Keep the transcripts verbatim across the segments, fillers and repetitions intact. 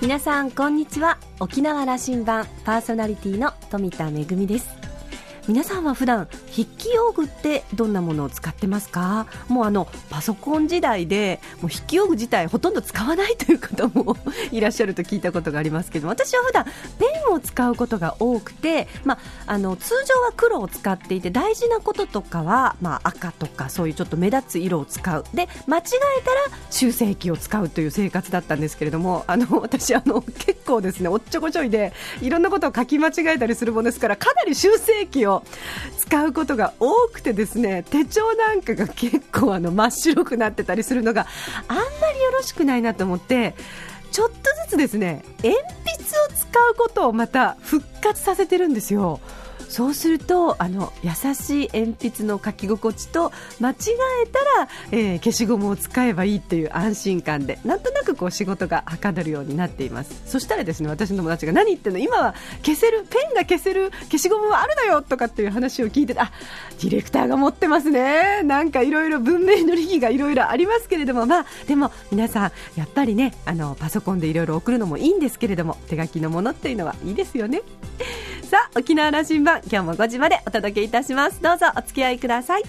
皆さんこんにちは。沖縄羅針盤パーソナリティの富田恵です。皆さんは普段筆記用具ってどんなものを使ってますか？もうあのパソコン時代でもう筆記用具自体ほとんど使わないという方もいらっしゃると聞いたことがありますけど、私は普段ペンを使うことが多くて、まあ、あの通常は黒を使っていて、大事なこととかは、まあ、赤とかそういうちょっと目立つ色を使う、で間違えたら修正液を使うという生活だったんですけれども、あの私あの結構ですねおっちょこちょいでいろんなことを書き間違えたりするものですから、かなり修正液を使うことが多くてですね、手帳なんかが結構あの真っ白くなってたりするのがあんまりよろしくないなと思って、ちょっとずつですね鉛筆を使うことをまた復活させてるんですよ。そうするとあの優しい鉛筆の書き心地と、間違えたら、えー、消しゴムを使えばいいという安心感で、なんとなくこう仕事がはかどるようになっています。そしたらですね、私の友達が何言ってんの、今は消せるペンが消せる消しゴムはあるのよとかっていう話を聞いて、あ、ディレクターが持ってますね。なんかいろいろ文明の利器がいろいろありますけれども、まあでも皆さんやっぱりね、あのパソコンでいろいろ送るのもいいんですけれども、手書きのものっていうのはいいですよね。さあ、沖縄羅針盤今日もごじまでお届けいたします。どうぞお付き合いください。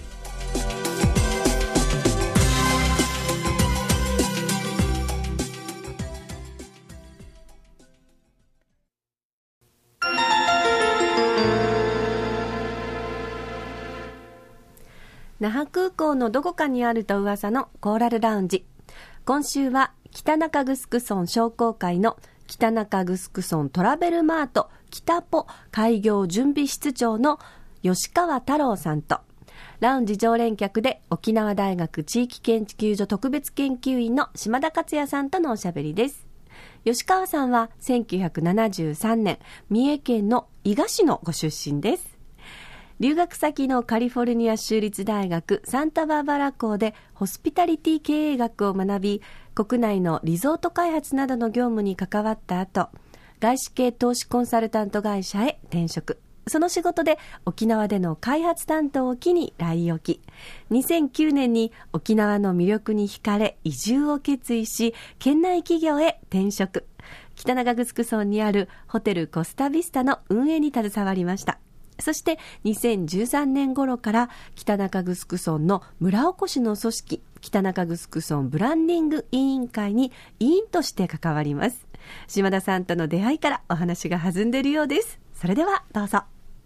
那覇空港のどこかにあると噂のコーラルラウンジ。今週は北中城村商工会の北中城村トラベルマート北ポ開業準備室長の吉川太郎さんと、ラウンジ常連客で沖縄大学地域研究所特別研究員の島田克也さんとのおしゃべりです。吉川さんはせんきゅうひゃくななじゅうさんねん三重県の伊賀市のご出身です。留学先のカリフォルニア州立大学サンタバーバラ校でホスピタリティ経営学を学び、国内のリゾート開発などの業務に関わった後、外資系投資コンサルタント会社へ転職。その仕事で沖縄での開発担当を機に来沖。にせんきゅうねんに沖縄の魅力に惹かれ移住を決意し、県内企業へ転職。北中城村にあるホテルコスタビスタの運営に携わりました。そしてにせんじゅうさんねん頃から北中城村の村おこしの組織北中城村ブランディング委員会に委員として関わります。島田さんとの出会いからお話が弾んでいるようです。それではどうぞ。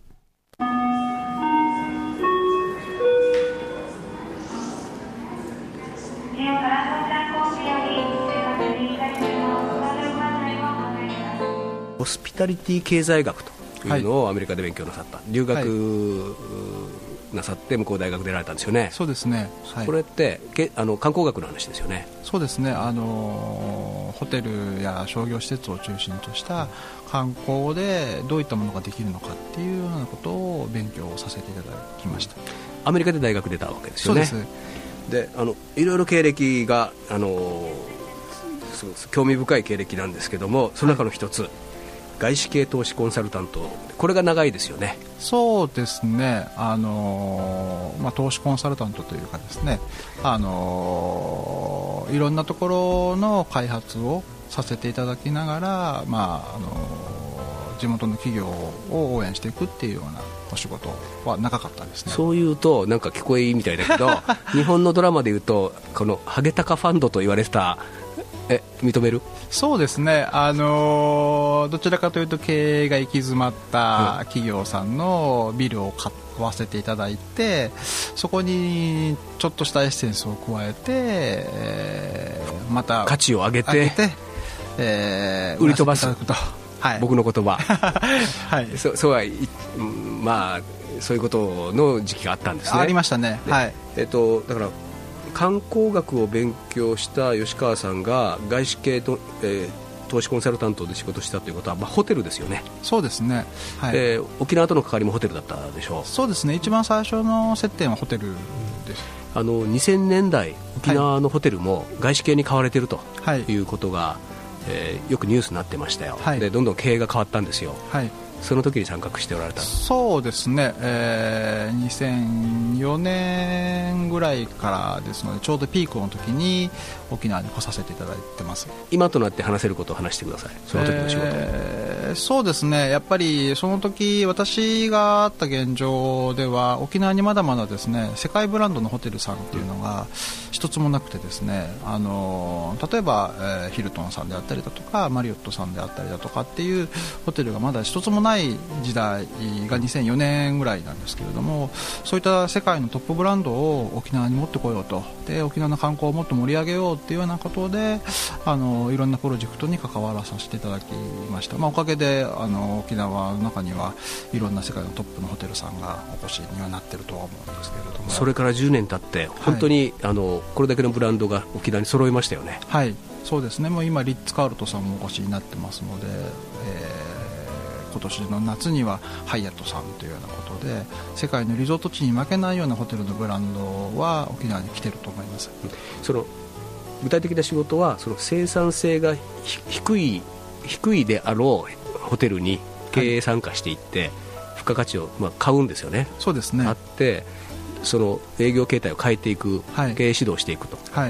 ホスピタリティ経済学というのをアメリカで勉強なさった、はい、留学、はい、なさって向こう大学出られたんですよね。 そうですね、はい、 これってけあの観光学の話ですよね。 そうですね、あのホテルや商業施設を中心とした観光でどういったものができるのかっていうようなことを勉強させていただきました。 アメリカで大学出たわけですよね。 そうです。 であのいろいろ経歴があのすごく興味深い経歴なんですけども、その中の一つ、はい、外資系投資コンサルタント、これが長いですよね。 そうですね、あの、まあ、投資コンサルタントというかですね、あのいろんなところの開発をさせていただきながら、まあ、あの地元の企業を応援していくっていうようなお仕事は長かったですね。 そういうとなんか聞こえいいみたいだけど日本のドラマでいうとこのハゲタカファンドと言われてた、え認める？ そうですね、あのー、どちらかというと経営が行き詰まった企業さんのビルを買わせていただいて、そこにちょっとしたエッセンスを加えて、えー、また価値を上げて、 上げてえー、 売り飛ばす、 はい、 僕の言葉、 はい、 そ, そうはまあそういうことの時期があったんですね。 ありましたね、はい、 えっと、だから観光学を勉強した吉川さんが外資系と、えー、投資コンサルタントで仕事したということは、まあ、ホテルですよね。 そうですね、はい、 えー、沖縄との関わりもホテルだったでしょう。 そうですね、一番最初の接点はホテルです。 あのにせんねんだい沖縄のホテルも外資系に買われているということが、はい、えー、よくニュースになってましたよ、はい、でどんどん経営が変わったんですよ、 はい、 その時に参画しておられた。 そうですね、えー、にせんよねんぐらいからですので、ちょうどピークの時に沖縄に来させていただいてます。 今となって話せることを話してください、その時の仕事。 えー、そうですね、やっぱりその時私があった現状では、沖縄にまだまだですね、世界ブランドのホテルさんっていうのが一つもなくてですね、あの例えば、えー、ヒルトンさんであったりだとかマリオットさんであったりだとかっていうホテルがまだ一つもない時代がにせんよねんぐらいなんですけれども、そういった世界のトップブランドを沖縄に持ってこようと、で沖縄の観光をもっと盛り上げようっていうようなことで、あのいろんなプロジェクトに関わらさせていただきました。まあ、おかげであの沖縄の中にはいろんな世界のトップのホテルさんがお越しにはなっているとは思うんですけれども、 それからじゅうねん経って本当に、はい、あのこれだけのブランドが沖縄に揃いましたよね。 はい、そうですね、もう今リッツ・カールトさんもお越しになってますので、えー今年の夏にはハイアットさんというようなことで、世界のリゾート地に負けないようなホテルのブランドは沖縄に来ていると思います。 その具体的な仕事は、その生産性が低い低いであろうホテルに経営参加していって、はい、付加価値をまあ買うんですよね。 そうですね。 買ってその営業形態を変えていく、はい、経営指導していくと、 はい、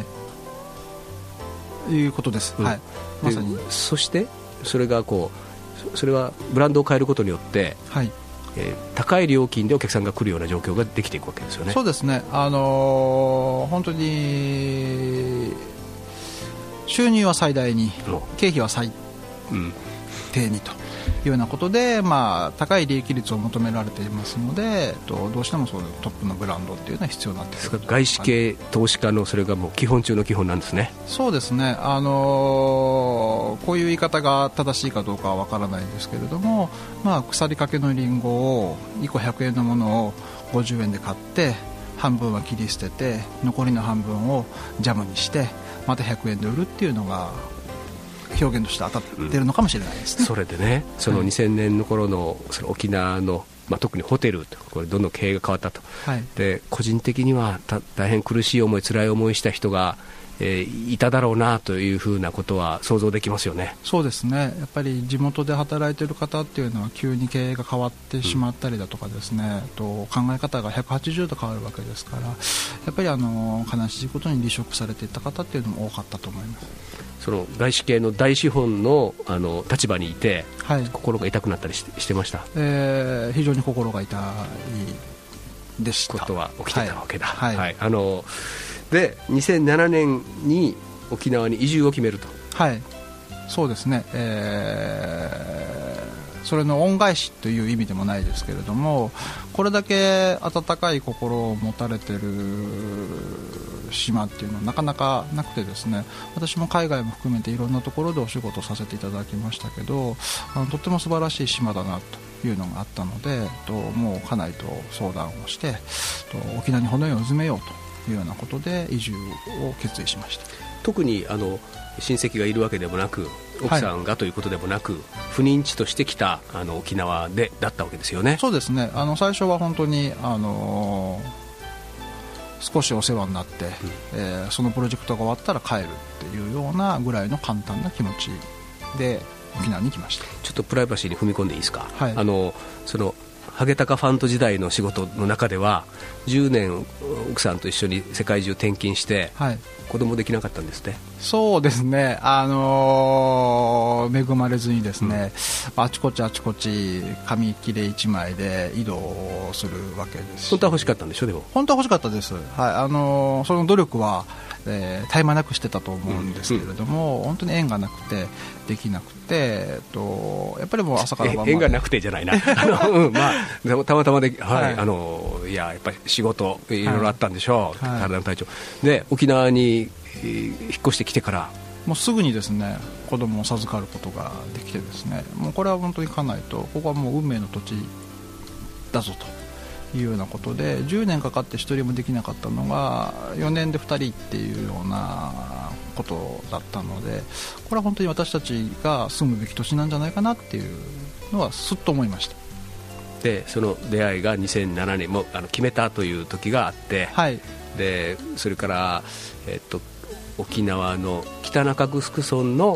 いうことです、うん、はい、まさに。 そしてそれがこうそれはブランドを変えることによって、はい、えー、高い料金でお客さんが来るような状況ができていくわけですよね。 そうですね、あのー、本当に収入は最大に、経費は最低にというようなことで、まあ、高い利益率を求められていますので、どうしてもそういうトップのブランドっていうのは必要になってくる。 外資系投資家のそれがもう基本中の基本なんですね。 そうですね、あのー、こういう言い方が正しいかどうかは分からないんですけれども、まあ、腐りかけのリンゴをいっこひゃくえんのものをごじゅうえんで買って、半分は切り捨てて残りの半分をジャムにしてまたひゃくえんで売るっていうのが表現として当たっているのかもしれないですね、うん、 それでね、そのにせんねんの頃のその沖縄の、まあ、特にホテルこれどんどん経営が変わったと、はい、で個人的にはた大変苦しい思い辛い思いした人が、えー、いただろうなというふうなことは想像できますよね。 そうですね、やっぱり地元で働いている方っていうのは急に経営が変わってしまったりだとかですね、うん、と考え方がひゃくはちじゅうど変わるわけですから、やっぱりあの悲しいことに離職されていった方っていうのも多かったと思います。 その外資系の大資本 の, あの立場にいて、はい、心が痛くなったり し, してました、 えー、非常に心が痛いでしたことは起きてたわけだ、 はいはい、 あのでにせんななねんに沖縄に移住を決めると。 はい、そうですね、えー、それの恩返しという意味でもないですけれども、これだけ温かい心を持たれている島っていうのはなかなかなくてですね、私も海外も含めていろんなところでお仕事させていただきましたけど、あのとっても素晴らしい島だなというのがあったので、ともう家内と相談をしてと沖縄に骨をうずめようというようなことで移住を決意しました。 特にあの親戚がいるわけでもなく、奥さんがということでもなく、はい、不妊地として来たあの沖縄でだったわけですよね。 そうですね、あの最初は本当にあの少しお世話になって、うん、えー、そのプロジェクトが終わったら帰るっていうようなぐらいの簡単な気持ちで沖縄に来ました。 ちょっとプライバシーに踏み込んでいいですか。 はい、 あのそのハゲタカファンド時代の仕事の中ではじゅうねん奥さんと一緒に世界中転勤して、はい、子供できなかったんですね。 そうですね、あのー、恵まれずにですね、うん、あちこちあちこち紙切れいちまいで移動するわけです。 本当は欲しかったんでしょ。でも本当は欲しかったです、はい、あのー、その努力は、えー、絶え間なくしてたと思うんですけれども、うんうん、本当に縁がなくてできなくて、えっと、やっぱりもう朝から晩まで縁がなくてじゃないなあの、うん、まあ、たまたまで、はいはい、あのいややっぱり仕事いろいろあったんでしょう、はい、体の体調で沖縄に引っ越してきてからもうすぐにですね子供を授かることができてですね、もうこれは本当に家内とここはもう運命の土地だぞというようなことで、じゅうねんかかってひとりもできなかったのがよねんでふたりっていうようなことだったので、これは本当に私たちが住むべき土地なんじゃないかなっていうのはすっと思いました。 でその出会いがにせんななねんもあの決めたという時があって、 はい、 でそれから、えっと、沖縄の北中城村の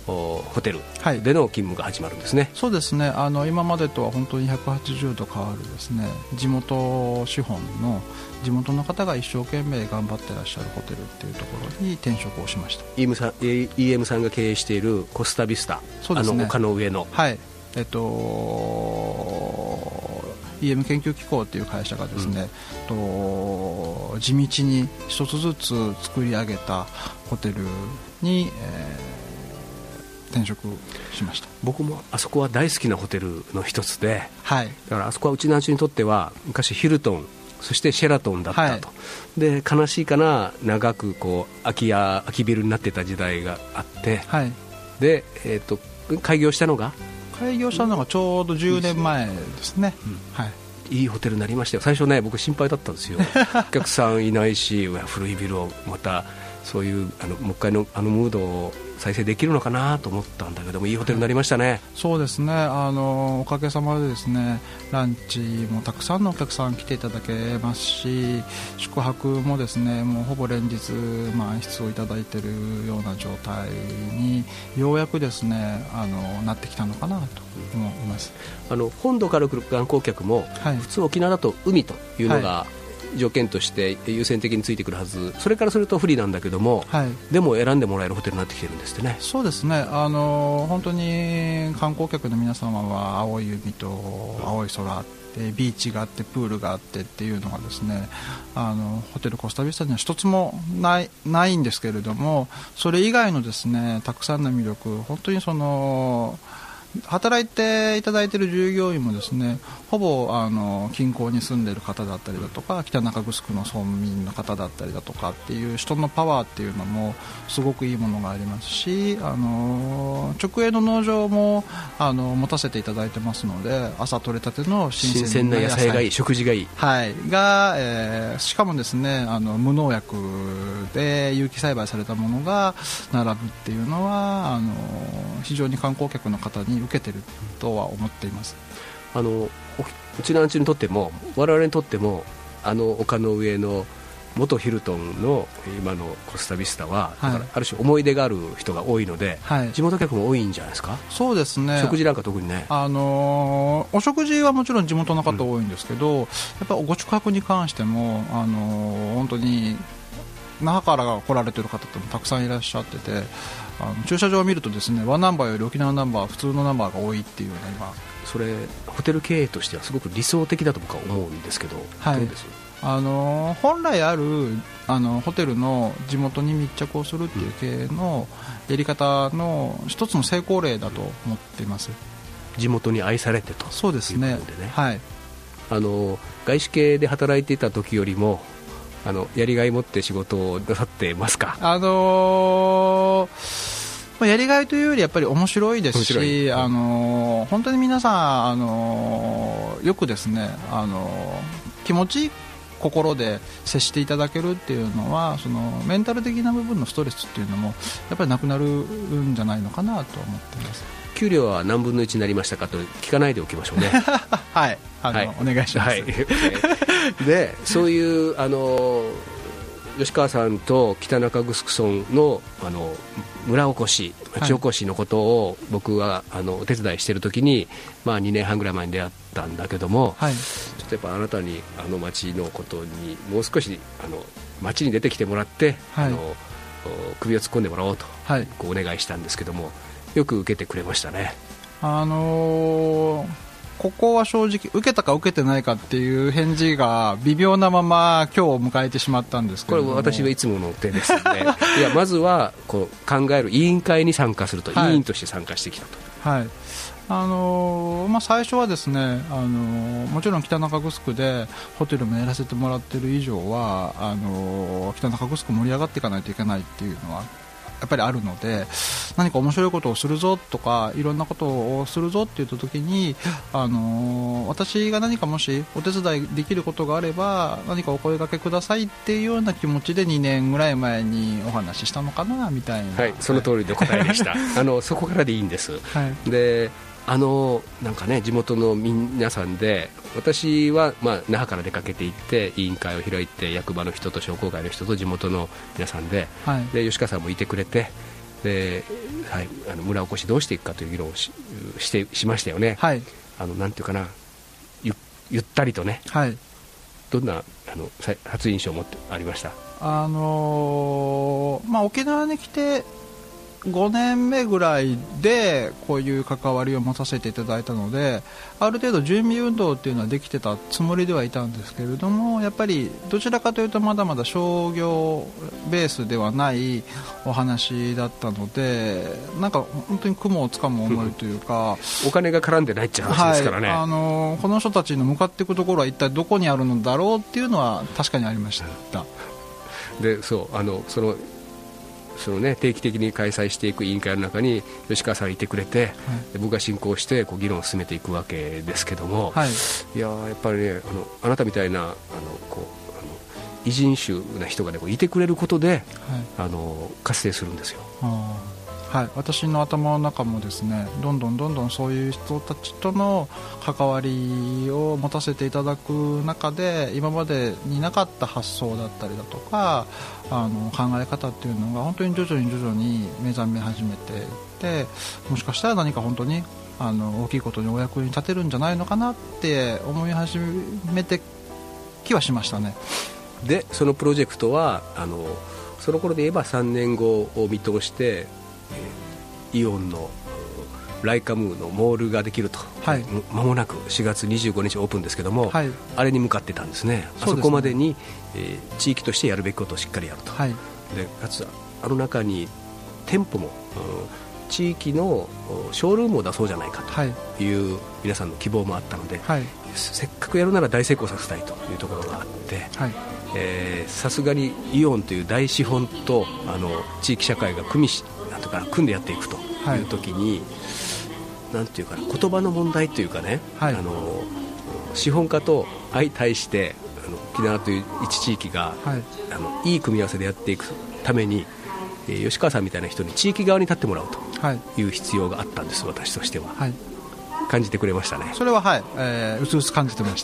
ホテルでの勤務が始まるんですね。 はい、そうですね。あの今までとは本当にひゃくはちじゅうど変わるですね、地元資本の地元の方が一生懸命頑張ってらっしゃるホテルっていうところに転職をしました。 イーエム さん、イーエム さんが経営しているコスタビスタ、 そうですね、 あの丘の上の、 はい、えっとイーエム 研究機構っていう会社がですね、うん、と地道に一つずつ作り上げたホテルに、えー転職しました。 僕もあそこは大好きなホテルの一つで、 はい、 だからあそこはうちなんちゅにとっては昔ヒルトン、そしてシェラトンだったと、はい、で悲しいかな、長くこう空き家空きビルになってた時代があって、はい、で、えー、と開業したのが開業したのがちょうどじゅうねんまえですね。うん、はい、 いいホテルになりましたよ。最初ね、僕心配だったんですよお客さんいないし、古いビルをまたそういうあのもう一回のあのムードを再生できるのかなと思ったんだけども、いいホテルになりましたね。はい、 そうですね、あのおかげさまでですね、ランチもたくさんのお客さん来ていただけますし、宿泊もですね、もうほぼ連日満室をいただいているような状態にようやくですね、あのなってきたのかなと思います。 あの本土から来る観光客も、はい、普通沖縄だと海というのが、はい、条件として優先的についてくるはず、それからすると不利なんだけども、はい、でも選んでもらえるホテルになってきてるんですってね。 そうですね、あの本当に観光客の皆様は青い海と青い空でビーチがあってプールがあってっていうのがですね、あのホテルコスタビスタには一つもない、ないんですけれども、それ以外のですねたくさんの魅力、本当にその働いていただいている従業員もですね、ほぼあの近郊に住んでいる方だったりだとか、北中城の村民の方だったりだとかっていう人のパワーっていうのもすごくいいものがありますし、あの直営の農場もあの持たせていただいてますので、朝採れたての新鮮な野菜、 新鮮な野菜がいい、食事がいい、 はい、が、えー、しかもですね、あの無農薬で有機栽培されたものが並ぶっていうのは、あの非常に観光客の方に受けてるとは思っています。 あのうちのアンチにとっても我々にとっても、あの丘の上の元ヒルトンの今のコスタビスタは、はい、だからある種思い出がある人が多いので、はい、地元客も多いんじゃないですか。 そうですね、 食事なんか特にね、 あのー、お食事はもちろん地元の方多いんですけど、うん、やっぱご宿泊に関しても、あのー、本当に那覇から来られている方ってもたくさんいらっしゃってて、あの駐車場を見るとですね、ワンナンバーより沖縄ナンバー、普通のナンバーが多いっていうような、今それホテル経営としてはすごく理想的だと僕は思うんですけど、はい、どうです？ あの本来あるあのホテルの地元に密着をするっていう経営のやり方の一つの成功例だと思っています。 地元に愛されてということでね。 そうですね、はい、あの外資系で働いていた時よりもあのやりがい持って仕事をなさってますか？ あのーやりがいというよりやっぱり面白いですし、あの本当に皆さん、あのよくですね、あの気持ちいい心で接していただけるっていうのは、そのメンタル的な部分のストレスっていうのもやっぱりなくなるんじゃないのかなと思っています。 給料は何分のいちになりましたかと聞かないでおきましょうねはい、あの、はい、お願いします、はい、 でそういうあの吉川さんと北中城村 の, あの村おこし、町おこしのことを僕はあのお手伝いしているときに、まあ、にねんはんぐらい前に出会ったんだけども、はい、ちょっとやっぱあなたにあの町のことにもう少しあの町に出てきてもらって、はい、あの首を突っ込んでもらおうと、はい、こうお願いしたんですけども、よく受けてくれましたね。 あのーここは正直受けたか受けてないかっていう返事が微妙なまま今日を迎えてしまったんですけども、 これ私はいつもの手ですのでいやまずはこう考える委員会に参加すると、はい、委員として参加してきたと、 はい、あのーまあ、最初はですね、あのー、もちろん北中城でホテルもやらせてもらっている以上はあのー、北中城盛り上がっていかないといけないっていうのはやっぱりあるので、何か面白いことをするぞとかいろんなことをするぞって言った時に、あのー、私が何かもしお手伝いできることがあれば何かお声掛けくださいっていうような気持ちでにねんぐらい前にお話ししたのかなみたいな、 はい、その通りの答えでしたあのそこからでいいんです、はい、であのなんかね、地元の皆さんで私は、まあ、那覇から出かけていって委員会を開いて役場の人と商工会の人と地元の皆さん で,、はい、で吉川さんもいてくれて、 で、はい、あの村おこしどうしていくかという議論を し, してしましたよね、 はい、 あのなんていうかな ゆ, ゆったりとね、 はい、 どんなあの初印象を持ってありました？ あのーまあ、沖縄に来てごねんめぐらいでこういう関わりを持たせていただいたので、ある程度準備運動っていうのはできてたつもりではいたんですけれども、やっぱりどちらかというとまだまだ商業ベースではないお話だったので、なんか本当に雲をつかむ思いというかお金が絡んでないって話ですからね、 はい、あのー、この人たちの向かっていくところは一体どこにあるのだろうっていうのは確かにありました。 でそうあのそのそのね、定期的に開催していく委員会の中に吉川さんがいてくれて、はい、僕が進行してこう議論を進めていくわけですけども、はい、いややっぱりね、あのあなたみたいなあのこうあの異人種な人が、ね、こういてくれることで、はい、あの活性するんですよ。 はい、私の頭の中もですね、どんどんどんどんそういう人たちとの関わりを持たせていただく中で、今までになかった発想だったりだとか、あの考え方っていうのが本当に徐々に徐々に目覚め始めていって、もしかしたら何か本当にあの大きいことにお役に立てるんじゃないのかなって思い始めて気はしましたね。 でそのプロジェクトはあのその頃で言えばさんねんごを見通して、イオンのライカムーのモールができると、はい、間もなくしがつにじゅうごにちオープンですけども、はい、あれに向かってたんですね。あそこまでに、えー、地域としてやるべきことをしっかりやると、はい、でかつあの中に店舗も、うん、地域のショールームを出そうじゃないかという皆さんの希望もあったので、はい、せっかくやるなら大成功させたいというところがあって、さすがにイオンという大資本とあの地域社会が組みしなんとか組んでやっていくという時に、はい、なんていうかな、言葉の問題というかね、はい、あの資本家と相対してあの沖縄という一地域が、はい、あのいい組み合わせでやっていくために、えー、吉川さんみたいな人に地域側に立ってもらうという必要があったんです、私としては、はい、感じてくれましたね。 それははい、えー、うつうつ感じてました。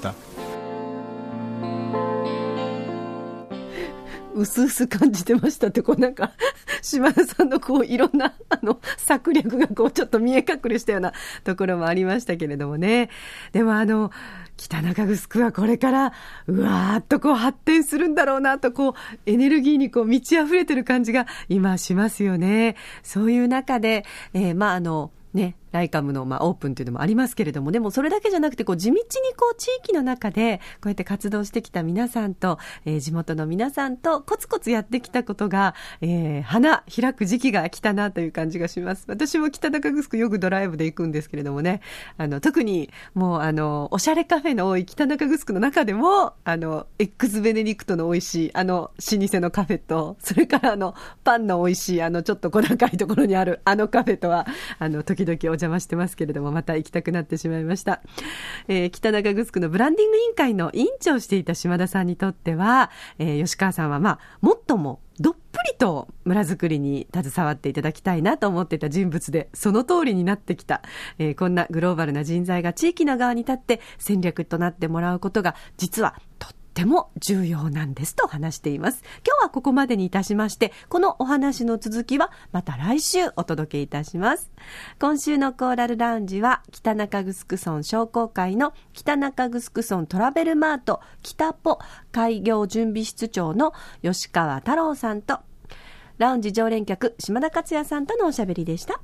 うすうす感じてましたって、こうなんか島田さんのこういろんなあの策略がこうちょっと見え隠れしたようなところもありましたけれどもね。でもあの北中城はこれからうわーっとこう発展するんだろうなと、こうエネルギーにこう満ち溢れてる感じが今しますよね。そういう中で、えー、まああのね、ライカムのまあオープンというのもありますけれども、でもそれだけじゃなくてこう地道にこう地域の中でこうやって活動してきた皆さんと、えー、地元の皆さんとコツコツやってきたことが、えー、花開く時期が来たなという感じがします。私も北中城よくドライブで行くんですけれどもね、あの特にもうあのおしゃれカフェの多い北中城の中でもあのエックスベネディクトの美味しいあの老舗のカフェと、それからあのパンの美味しいあのちょっと小高いところにあるあのカフェとはあの時々お邪魔してますけれども、また行きたくなってしまいました。えー、北中城のブランディング委員会の委員長をしていた島田さんにとっては、えー、吉川さんはまあもっともどっぷりと村づくりに携わっていただきたいなと思っていた人物で、その通りになってきた、えー、こんなグローバルな人材が地域の側に立って戦略となってもらうことが実はとってとても重要なんですと話しています。今日はここまでにいたしまして、このお話の続きはまた来週お届けいたします。今週のコーラルラウンジは北中城村商工会の北中城村トラベルマート北ポ開業準備室長の吉川太郎さんと、ラウンジ常連客島田克也さんとのおしゃべりでした。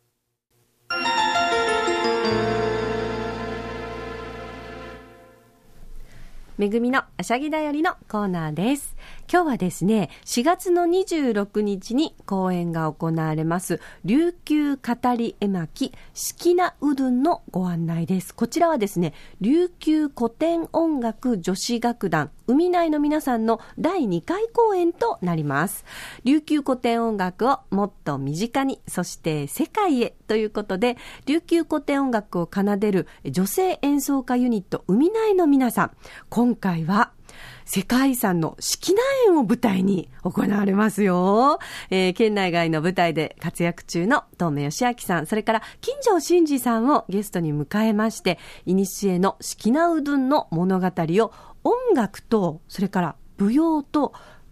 めぐみのあしゃぎだよりのコーナーです。今日はですね、しがつのにじゅうろくにちに公演が行われます琉球語り絵巻四季名うどんのご案内です。こちらはですね、琉球古典音楽女子楽団海内の皆さんのだいにかい公演となります。琉球古典音楽をもっと身近に、そして世界へということで、琉球古典音楽を奏でる女性演奏家ユニット海内の皆さん、今回は世界遺産の四季名園を舞台に行われますよ。えー、県内外の舞台で活躍中の東目義明さん、それから金城真司さんをゲストに迎えまして、いにしえの四季名うどんの物語を音楽と、それから舞踊と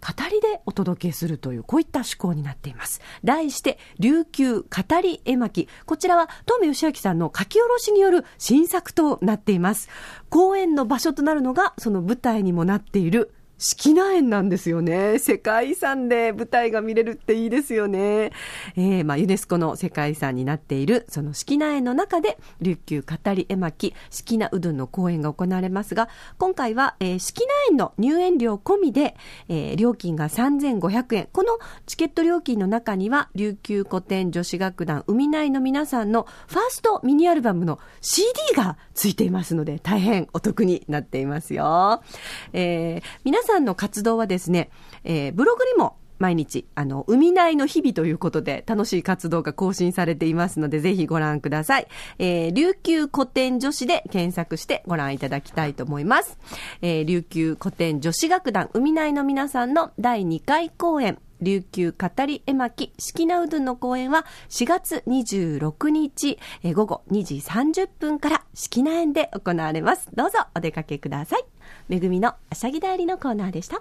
語りでお届けするというこういった趣向になっています。題して琉球語り絵巻、こちらは東目義明さんの書き下ろしによる新作となっています。公演の場所となるのがその舞台にもなっている式名園なんですよね。世界遺産で舞台が見れるっていいですよね。えー、まあユネスコの世界遺産になっているその式名園の中で琉球語り絵巻式名うどんの公演が行われますが、今回は、えー、式名園の入園料込みで、えー、料金がさんぜんごひゃくえん。このチケット料金の中には琉球古典女子楽団海内の皆さんのファーストミニアルバムの シーディー がついていますので、大変お得になっていますよ。えー、皆さんの活動はですね、えー、ブログにも毎日あの海内の日々ということで楽しい活動が更新されていますので、ぜひご覧ください。えー、琉球古典女子で検索してご覧いただきたいと思います。えー、琉球古典女子楽団海内の皆さんのだいにかい公演琉球語り絵巻式名うどんの公演はしがつにじゅうろくにち、えー、ごごにじさんじゅっぷんから式名園で行われます。どうぞお出かけください。めぐみのあしゃぎだよりのコーナーでした。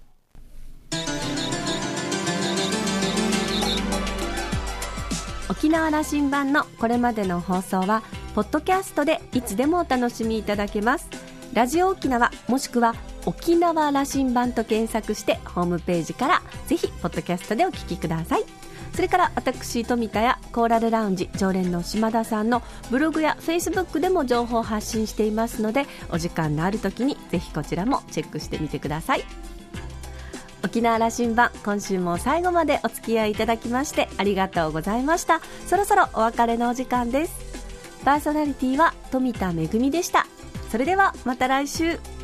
沖縄羅針盤のこれまでの放送はポッドキャストでいつでもお楽しみいただけます。ラジオ沖縄もしくは沖縄羅針盤と検索してホームページからぜひポッドキャストでお聞きください。それから私富田やコーラルラウンジ常連の島田さんのブログやフェイスブックでも情報を発信していますので、お時間のある時にぜひこちらもチェックしてみてください。沖縄羅針盤、今週も最後までお付き合いいただきましてありがとうございました。そろそろお別れのお時間です。パーソナリティは富田恵でした。それではまた来週。